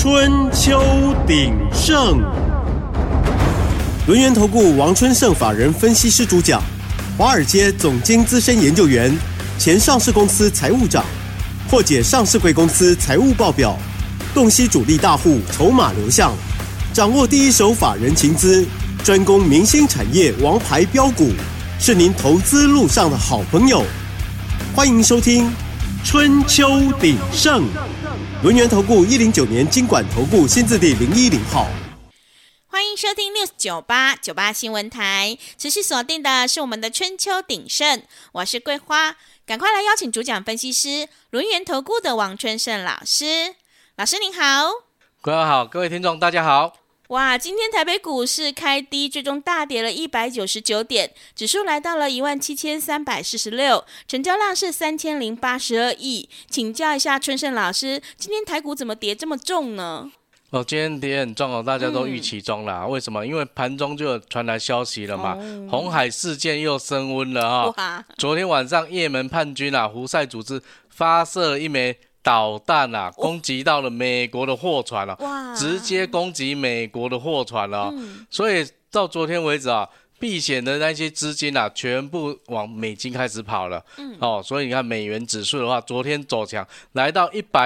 春秋鼎盛，轮源投顾王春盛法人分析师主讲，华尔街总经资深研究员，前上市公司财务长，破解上市贵公司财务报表，洞悉主力大户筹码流向，掌握第一手法人情资，专攻明星产业王牌标股，是您投资路上的好朋友。欢迎收听春秋鼎盛，轮源投顾109年金管投顾新字第010号。 欢迎收听 News98 新闻台，持续锁定的是我们的春秋鼎盛，我是桂花，赶快来邀请主讲分析师轮源投顾的王春盛老师。老师您好。 桂花好，各位听众大家好。 哇，今天台北股市开低，最终大跌了199点，指数来到了17346，成交量是3082亿。请教一下春盛老师，今天台股怎么跌这么重呢？ 今天跌很重哦，大家都预期中啦。为什么？因为盘中就有传来消息了嘛，红海事件又升温了昨天晚上也门叛军胡塞组织发射了一枚导弹攻击到了美国的货船直接攻击美国的货船所以到昨天为止避险的那些资金全部往美金开始跑了所以你看美元指数的话，昨天走强来到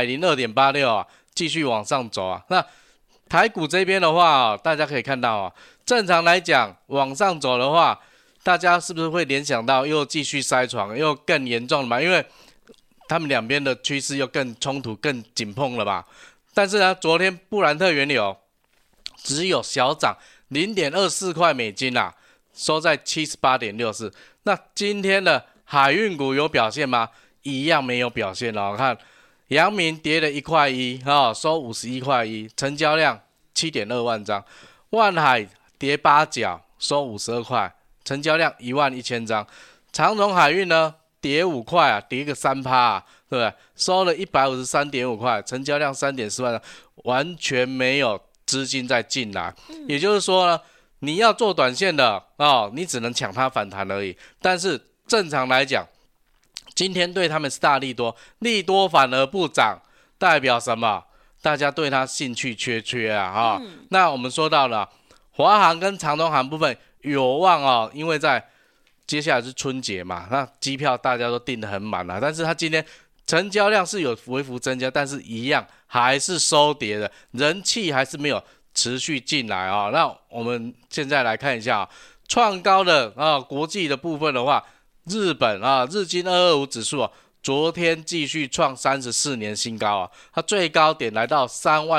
102.86 继续往上走那台股这边的话大家可以看到正常来讲往上走的话，大家是不是会联想到又继续塞船又更严重了嘛？因为他们两边的趋势又更冲突更紧碰了吧。但是呢，昨天布兰特原油只有小涨 0.24 块美金收在 78.64。 那今天的海运股有表现吗？一样没有表现我看阳明跌了1块1收51块1，成交量 7.2 万张。万海跌8角收52块，成交量11000张。长荣海运呢跌5块跌个 3%对不对？收了 153.5 块，成交量 3.4 万张，完全没有资金在进来也就是说呢，你要做短线的你只能抢它反弹而已。但是正常来讲，今天对他们是大利多，利多反而不涨，代表什么？大家对它兴趣缺那我们说到了华航跟长荣航部分有望因为在接下来是春节嘛，那机票大家都订得很满但是它今天成交量是有微幅增加，但是一样还是收跌的，人气还是没有持续进来那我们现在来看一下创高的国际的部分的话，日本日经225指数昨天继续创34年新高它最高点来到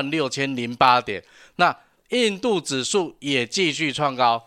36008点。那印度指数也继续创高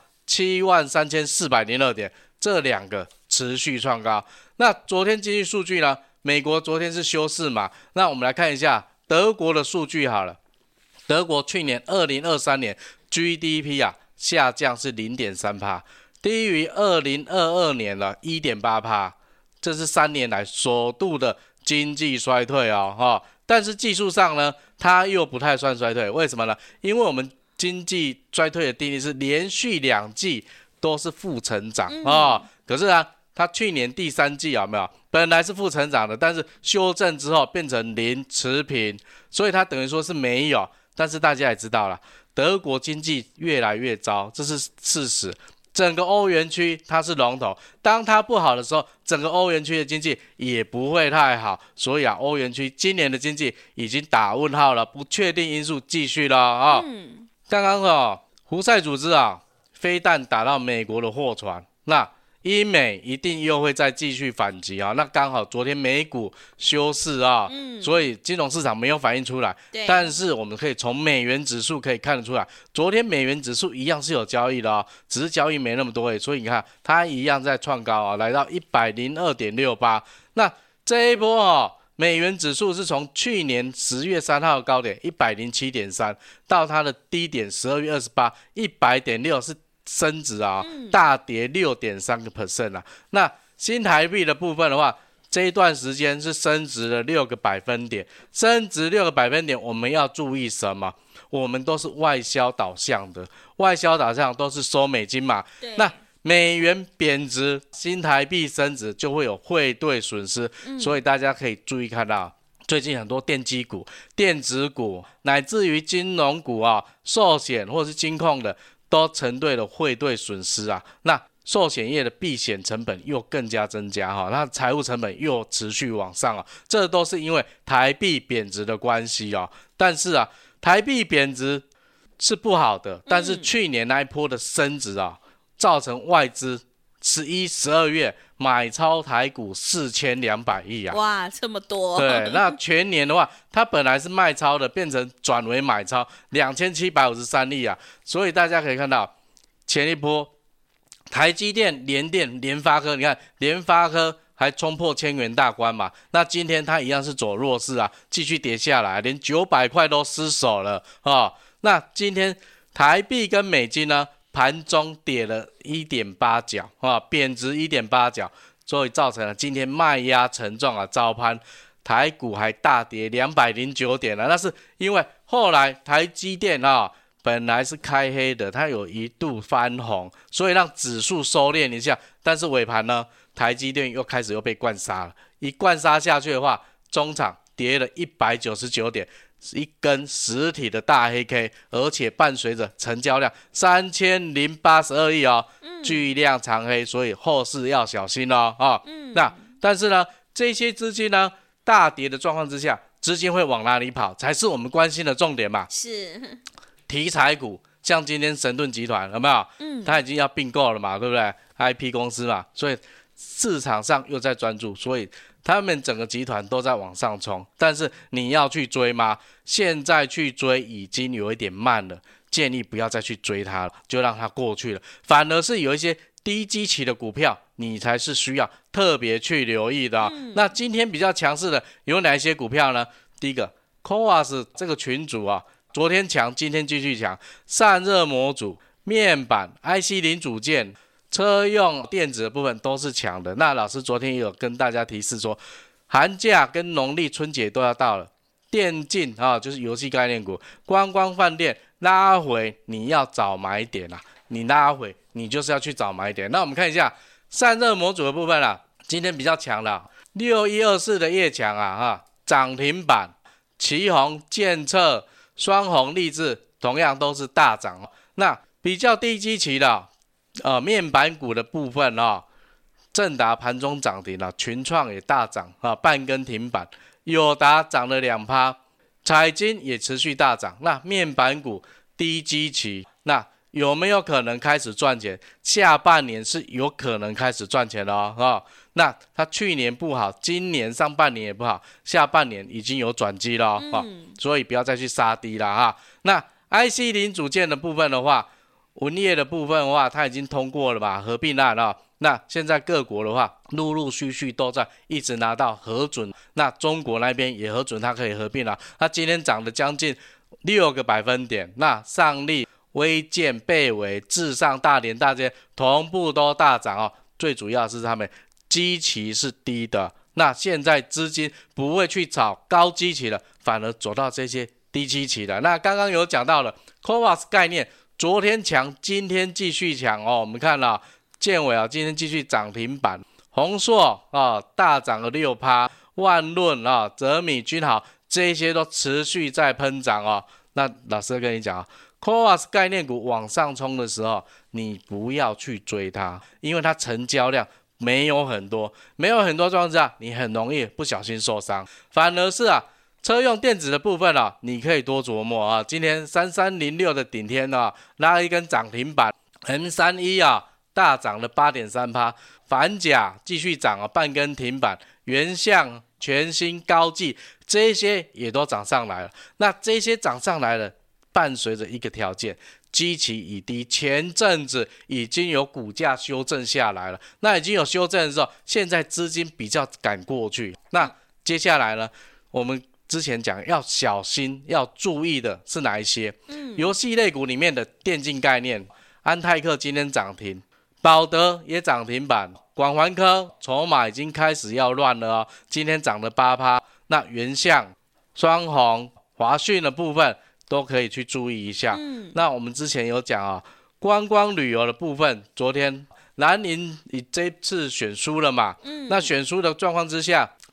73402点，这两个持续创高。那昨天经济数据呢？美国昨天是休市嘛，那我们来看一下德国的数据好了。德国去年2023年 GDP 下降是 0.3%， 低于2022年了 1.8%， 这是3年来首度的经济衰退但是技术上呢，它又不太算衰退。为什么呢？因为我们经济衰退的定义是连续2季都是负成长可是它去年第3季有没有本来是负成长的，但是修正之后变成0持平，所以它等于说是没有。但是大家也知道了，德国经济越来越糟，这是事实。整个欧元区它是龙头，当它不好的时候，整个欧元区的经济也不会太好。所以欧元区今年的经济已经打问号了，不确定因素继续了刚刚胡塞组织飞弹打到美国的货船，那英美一定又会再继续反击那刚好昨天美股休市所以金融市场没有反映出来。但是我们可以从美元指数可以看得出来，昨天美元指数一样是有交易的只是交易没那么多所以你看它一样在创高来到 102.68。 那这一波美元指数是从去年10月3号的高点 107.3 到它的低点12月28 100.6， 是升值大跌 6.3% 那新台币的部分的话，这一段时间是升值了6个百分点，升值6个百分点，我们要注意什么？我们都是外销导向的，外销导向都是收美金嘛，那美元贬值，新台币升值就会有汇兑损失所以大家可以注意看到最近很多电机股、电子股，乃至于金融股啊、寿险或是金控的，都承对了汇兑损失啊。那寿险业的避险成本又更加增加哈，那财务成本又持续往上啊，这都是因为台币贬值的关系啊。但是啊，台币贬值是不好的，但是去年那一波的升值啊，造成外资11、12月买超台股4200亿啊！ 哇，这么多！ 对，那全年的话，它本来是卖超的，变成转为买超2753亿啊！所以大家可以看到，前一波台积电、联电、联发科，你看联发科还冲破1000元大关嘛，那今天它一样是走弱势啊，继续跌下来，连900块都失守了啊！那今天台币跟美金呢？盘中跌了 1.8 角啊，贬值 1.8 角，所以造成了今天卖压沉重啊，早盘台股还大跌209点了。那是因为后来台积电啊，本来是开黑的，它有一度翻红，所以让指数收敛一下。但是尾盘呢，台积电又开始被灌杀了，一灌杀下去的话，中场跌了199点。一根实体的大黑 K， 而且伴随着成交量3082亿哦，巨量长黑，所以后市要小心哦。那但是呢，这些资金呢大跌的状况之下，资金会往哪里跑，才是我们关心的重点嘛。 是题材股，像今天神盾集团有没有？它已经要并购了嘛，对不对 ？IP 公司嘛，所以市场上又在专注，所以他们整个集团都在往上冲，但是你要去追吗？现在去追已经有一点慢了，建议不要再去追它了，就让它过去了。反而是有一些低基期的股票，你才是需要特别去留意的那今天比较强势的有哪一些股票呢？第一个 CoWoS 这个群组啊，昨天强，今天继续强，散热模组、面板、IC 零组件。车用电子的部分都是强的。那老师昨天也有跟大家提示说，寒假跟农历春节都要到了，电竞就是游戏概念股、观光饭店拉回，你要早买点啊！你拉回，你就是要去早买点。那我们看一下散热模组的部分啦，今天比较强了，6124的业强涨停板，奇鋐、建策、双鸿、立志同样都是大涨。那比较低基期的。面板股的部分正达盘中涨停了，群创也大涨半根停板，友达涨了 2%， 彩晶也持续大涨。那面板股低基期，那有没有可能开始赚钱？下半年是有可能开始赚钱的那它去年不好，今年上半年也不好，下半年已经有转机了所以不要再去杀低了那 IC 零组件的部分的话，文业的部分的话，它已经通过了嘛，合并案那现在各国的话，陆陆续续都在一直拿到核准。那中国那边也核准，它可以合并了。它今天涨了将近6个百分点。那上力、威健、贝微、至上、大连大这些同步都大涨最主要是他们基期是低的。那现在资金不会去炒高基期了，反而走到这些低基期的。那刚刚有讲到了 CoWoS 概念。昨天强，今天继续强我们看了建伟今天继续涨停板，宏硕大涨了 6%， 万润泽米、君豪这些都持续在喷涨那老师跟你讲CoWoS 概念股往上冲的时候，你不要去追它，因为它成交量没有很多状况之下，你很容易不小心受伤，反而是车用电子的部分你可以多琢磨今天3306的顶天拉一根涨停板 ，M31大涨了 8.3%， 反甲继续涨半根停板，原相、全新、高技这些也都涨上来了。那这些涨上来了，伴随着一个条件，基期已低，前阵子已经有股价修正下来了，那已经有修正的时候，现在资金比较赶过去。那接下来呢，我们之前讲要小心要注意的是哪一些？游戏类股里面的电竞概念，安泰克今天涨停，宝德也涨停板，广环科筹码已经开始要乱了今天涨了 8%。那原相、双鸿、华讯的部分都可以去注意一下。那我们之前有讲观光旅游的部分，昨天蓝营这次选输了嘛？那选输的状况之下，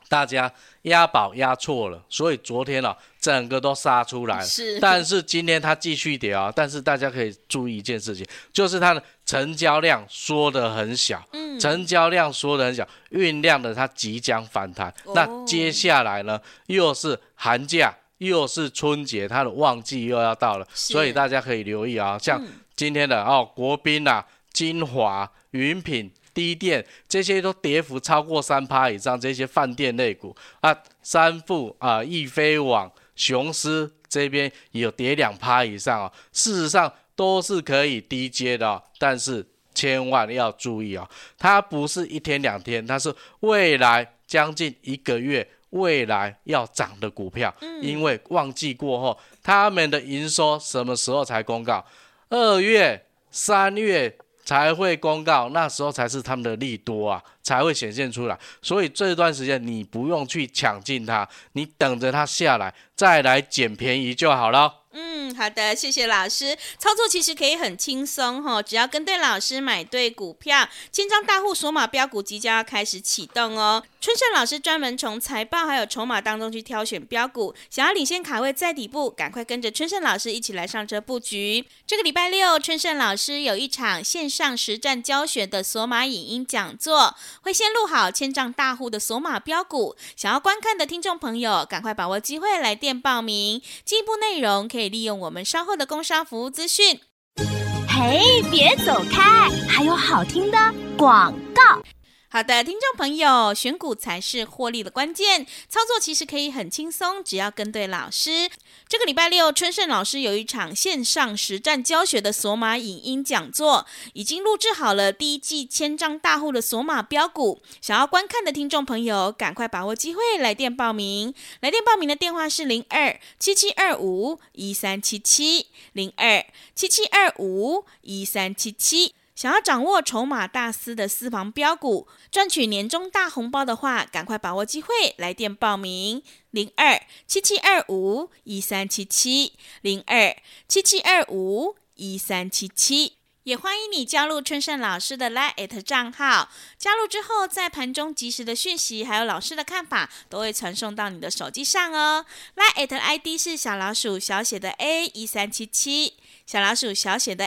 大家押宝押错了，所以昨天整个都杀出来了。但是今天它继续跌但是大家可以注意一件事情，就是它的成交量缩得很小，成交量缩得很小，酝酿的它即将反弹。那接下来呢，又是寒假，又是春节，它的旺季又要到了，所以大家可以留意像今天的国宾金华、云品、低电这些都跌幅超过 3% 以上，这些饭店类股三富易飞网、雄狮这边也有跌 2% 以上事实上都是可以低接的但是千万要注意它不是一天两天，它是未来将近1个月未来要涨的股票，因为旺季过后，他们的营收什么时候才公告？2月、3月才会公告，那时候才是他们的利多才会显现出来。所以这段时间你不用去抢进它，你等着它下来再来捡便宜就好了。 好的，谢谢老师。操作其实可以很轻松只要跟对老师，买对股票，千张大户锁码标股即将要开始启动春盛老师专门从财报还有筹码当中去挑选标股，想要领先卡位在底部，赶快跟着春盛老师一起来上车布局。这个礼拜六，春盛老师有一场线上实战教学的锁码影音讲座，会先录好千张大户的锁码标股，想要观看的听众朋友，赶快把握机会来电报名。进一步内容可以利用我们稍后的工商服务资讯。 嘿，别走开，还有好听的广告。 好的，听众朋友，选股才是获利的关键，操作其实可以很轻松，只要跟对老师。这个礼拜六，春盛老师有一场线上实战教学的锁码影音讲座，已经录制好了第一季千张大户的锁码标股，想要观看的听众朋友，赶快把握机会来电报名。来电报名的电话是02-7725-1377，02-7725-1377。想要掌握筹码大师的私房标股，赚取年终大红包的话，赶快把握机会来电报名02-7725-1377 02-7725-1377。也欢迎你加入春盛老师的 LINE@ 账号，加入之后在盘中及时的讯息还有老师的看法都会传送到你的手机上LINE@ ID 是小老鼠小写的 A1377， 小老鼠小写的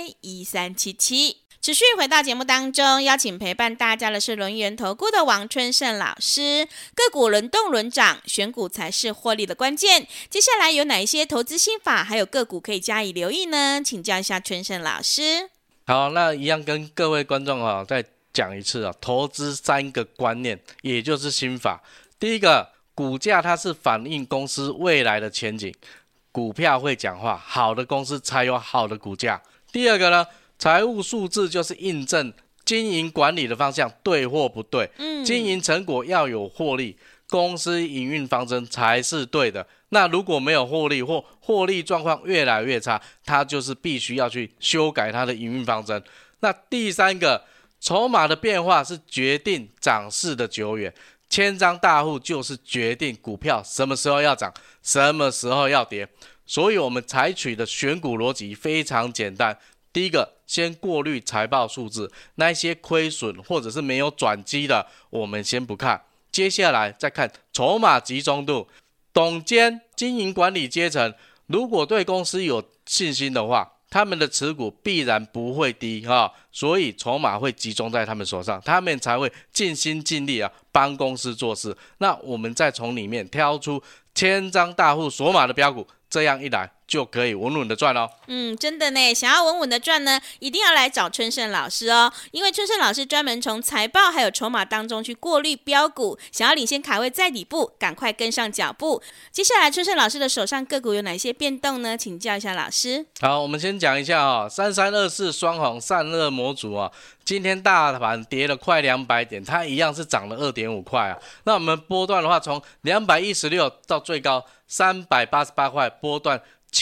A1377。持续回到节目当中，邀请陪伴大家的是轮源投顾的王春盛老师。个股轮动轮涨，选股才是获利的关键。接下来有哪一些投资心法还有个股可以加以留意呢？请教一下春盛老师。 好，那一样跟各位观众再讲一次投资3个观念，也就是心法。第一个，股价它是反映公司未来的前景，股票会讲话，好的公司才有好的股价。第二个呢，财务数字就是印证经营管理的方向对或不对，经营成果要有获利，公司营运方针才是对的。那如果没有获利或获利状况越来越差，它就是必须要去修改它的营运方针。那第3个，筹码的变化是决定涨势的久远，千张大户就是决定股票什么时候要涨，什么时候要跌。所以我们采取的选股逻辑非常简单。第一个，先过滤财报数字，那一些亏损或者是没有转机的，我们先不看。接下来再看筹码集中度，董监、经营管理阶层，如果对公司有信心的话，他们的持股必然不会低所以筹码会集中在他们手上，他们才会尽心尽力帮公司做事。那我们再从里面挑出千张大户锁码的标股，这样一来就可以稳稳的赚真的呢，想要稳稳的赚呢，一定要来找春盛老师因为春盛老师专门从财报还有筹码当中去过滤标股，想要领先卡位在底部，赶快跟上脚步。接下来春盛老师的手上个股有哪些变动呢？请教一下老师。 好，我们先讲一下3324双虹散热模组今天大盘跌了快200点，它一样是涨了 2.5 块那我们波段的话，从216到最高388块，波段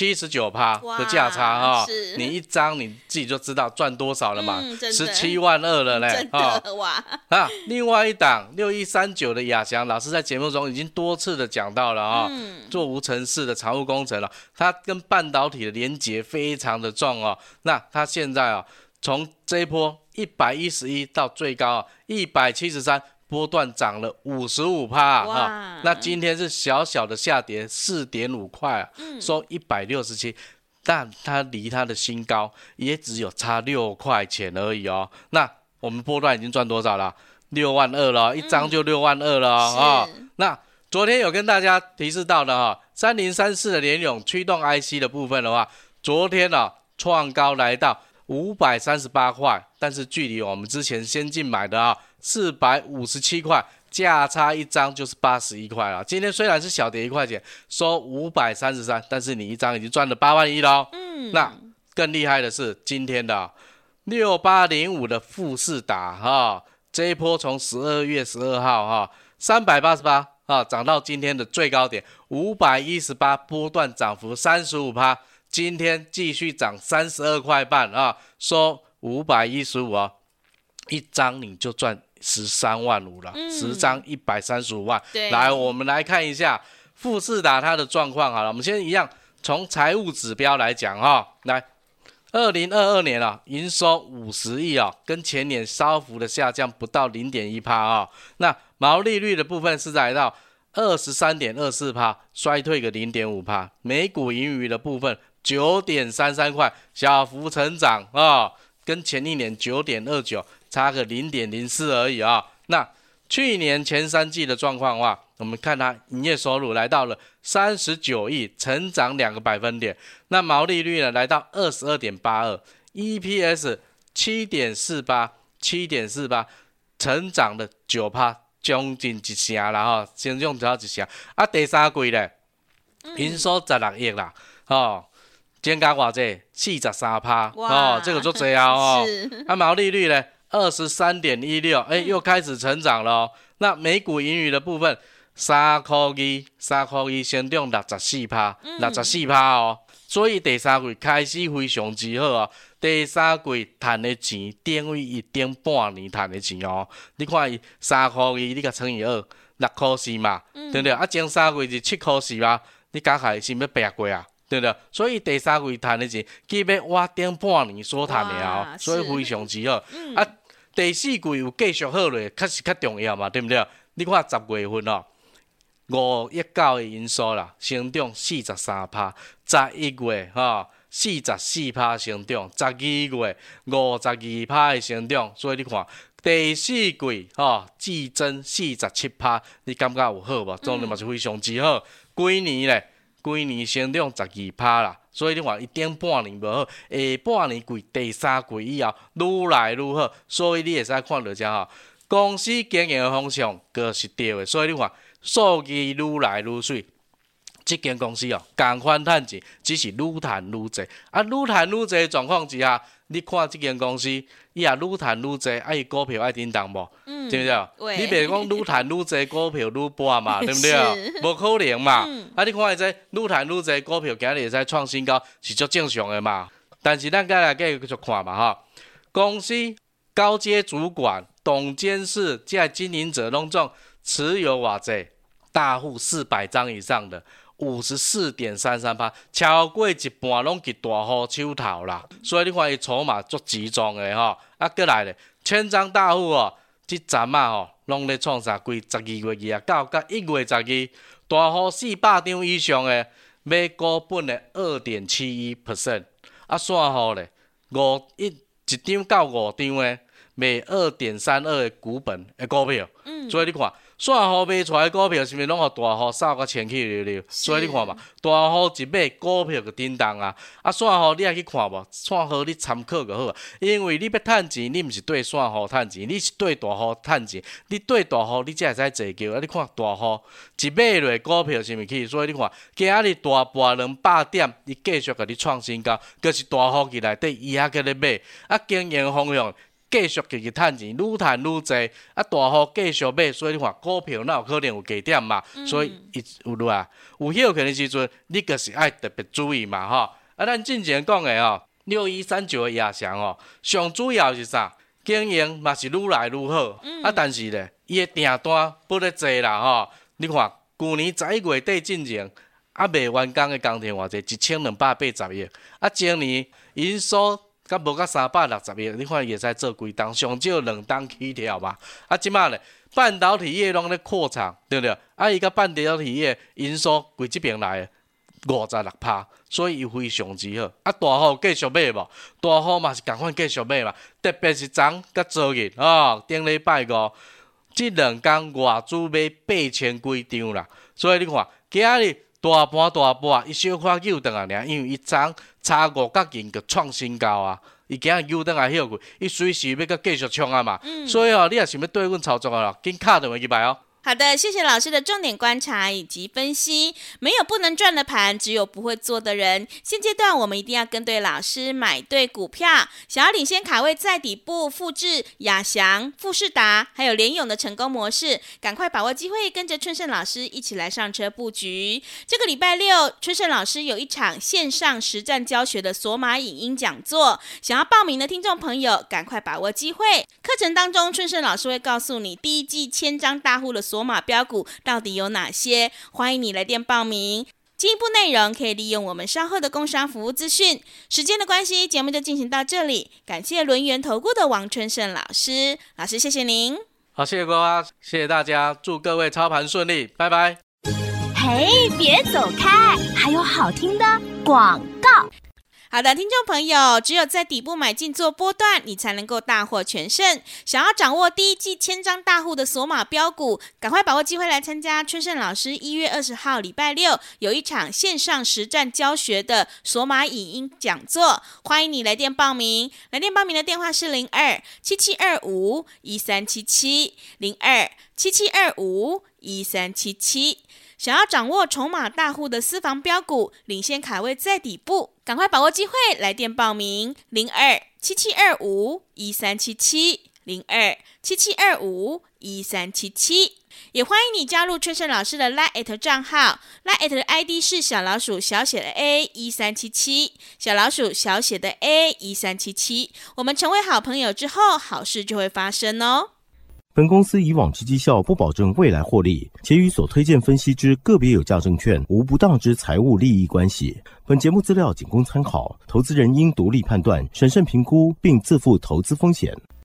79% 的价差你一张你自己就知道赚多少了嘛，17.2万了嘞， 真的哇另外一档6139的亚翔，老师在节目中已经多次的讲到了做无尘室的常务工程了，它跟半导体的连结非常的重那它现在从这一波111到最高173%， 波段涨了55%啊，那今天是小小的下跌4.5块啊，收167，但它离它的新高也只有差6块钱而已哦。那我们波段已经赚多少了？6万2了，一张就6万2了啊。那昨天有跟大家提示到的3034的联咏驱动 IC 的部分的话，昨天创高来到538块，但是距离我们之前先进买的457块，价差一张就是81块了。今天虽然是小跌1块钱，收533，但是你一张已经赚了8万1了。那更厉害的是今天的6805的富士达这一波从12月12号388涨到今天的最高点518，波段涨幅35%，今天继续涨32块半收515一张你就赚13万5了，10张135万。来，我们来看一下富士达它的状况好了，我们先一样从财务指标来讲来，2022年营收50亿跟前年稍幅的下降不到 0.1%那毛利率的部分是来到 23.24%， 衰退个 0.5%， 每股盈余的部分 9.33 块，小幅成长跟前一年 9.29 差个 0.04 而已那去年前3季的状况的话，我们看它营业收入来到了39亿，成长2个百分点。那毛利率呢来到 22.82， EPS 7.48， 成长了 9%， 将近一成啦成长只要一成。第三季呢，营收16亿啦增加多少？43%这个就这样毛利率呢23.16，又开始成长了那每股盈余的部分3块2，成长 64%，64%所以第三季开始非常之好第三季赚的钱等于一点半年赚的钱你看伊3块2，你甲乘以2，6块4嘛，对不对？前三季是7块4嘛，你加起来是要8过对不对？所以第三季赚的钱基本我点半年所赚的所以非常之好第四季有继续好咧，确实较重要嘛，对不对？你看10月份519的营收啦，成长 43%， 11月44% 成长，12月 52% 的成长，所以你看第四季季增 47%， 你感觉有好无？当然嘛是非常之好。规年成长 12% 啦，所以你看一点半年无好，下半年季第三季以后愈来愈好，所以你会使看到这公司经营的方向就是对的，所以你看数据愈来愈水。这间公司同款赚钱，只是愈赚愈济。愈赚愈济的状况之下，你看这间公司，伊也愈赚愈济，伊股票爱叮当无？对不对？你别讲愈赚愈济，股票愈搬嘛，对不对？无可能嘛。你看这愈赚愈济，股票今日会使创新高，是足正常的嘛。但是咱再来继续看嘛公司高阶主管、董监事这经营者拢总持有偌济？大户400张以上的。54.33%， 超过一半拢伫大户手头啦，所以你看伊筹码足集中的过来咧，1000张大户这站拢咧创啥？规12月29到1月12，大户400张以上的买股本的 2.71%， 散户咧一张到5张的卖 2.32 的股本的股票，所以你看。散户卖出来的股票是毋是拢互大户扫甲前去溜溜？所以你看嘛，大户一买股票就叮当散户你也去看无？散户你参考就好因为你要趁钱，你毋是对散户趁钱，你是对大户趁钱。你对大户，你才会使坐轿。你看大户一买落股票是毋是去？所以你看，今仔日大盘200点，伊继续甲你创新高，就是大户伫内底伊还搁咧买经营方向。继续去趁钱，愈趁愈济大户继续买，所以你看股票哪有可能有低点嘛？所以有休克的时阵，你就是爱特别注意嘛咱之前讲的6139的亚翔上主要是啥？经营嘛是愈来愈好但是咧，伊的订单不咧济啦你看去年11月底进前卖完工的工程偌济，1280亿前年营收。甲无甲360亿，你看伊会使做几档，上少2档起跳嘛。即马咧半导体业拢咧扩产，对不对？伊甲半导体业营收规这边来56%，所以伊非常之好。大户继续买无？大户嘛是共款继续买嘛，特别是昨甲昨日顶礼拜5，这2天外资买8000几张啦。所以你看，今日大盘，伊小可扭转来尔，因为伊昨差5角银就创新高啊。伊今日扭转来休去，伊随时要继续冲啊嘛。所以你也想要对阮操作啊，紧敲电话去买哦。 好的，谢谢老师的重点观察以及分析。没有不能赚的盘，只有不会做的人。现阶段我们一定要跟对老师，买对股票。想要领先卡位在底部，复制亚翔、富士达还有联咏的成功模式，赶快把握机会，跟着春盛老师一起来上车布局。这个礼拜6，春盛老师有一场线上实战教学的索马影音讲座，想要报名的听众朋友，赶快把握机会。课程当中，春盛老师会告诉你第一季1000张大户的索马标股到底有哪些？欢迎你来电报名。进一步内容可以利用我们稍后的工商服务资讯。时间的关系，节目就进行到这里。感谢轮源投顾的王春盛老师，老师谢谢您。 好，谢谢瓜瓜，谢谢大家，祝各位操盘顺利，拜拜。 嘿，别走开，还有好听的广告。 好的，听众朋友，只有在底部买进做波段，你才能够大获全胜。想要掌握第一季1000张大户的索马标股，赶快把握机会来参加春盛老师1月20号礼拜6有一场线上实战教学的索马影音讲座，欢迎你来电报名。来电报名的电话是02-7725-1377 02-7725-1377。想要掌握筹码大户的私房标股，领先卡位在底部，赶快把握机会，来电报名02-7725-1377 02-7725-1377。也欢迎你加入春盛老师的 LINE@ 账号 ，LINE@ 的 ID 是小老鼠小写的 A1377， 小老鼠小写的 A1377。我们成为好朋友之后，好事就会发生哦。 本公司以往之绩效不保证未来获利，且与所推荐分析之个别有价证券无不当之财务利益关系。本节目资料仅供参考，投资人应独立判断、审慎评估，并自负投资风险。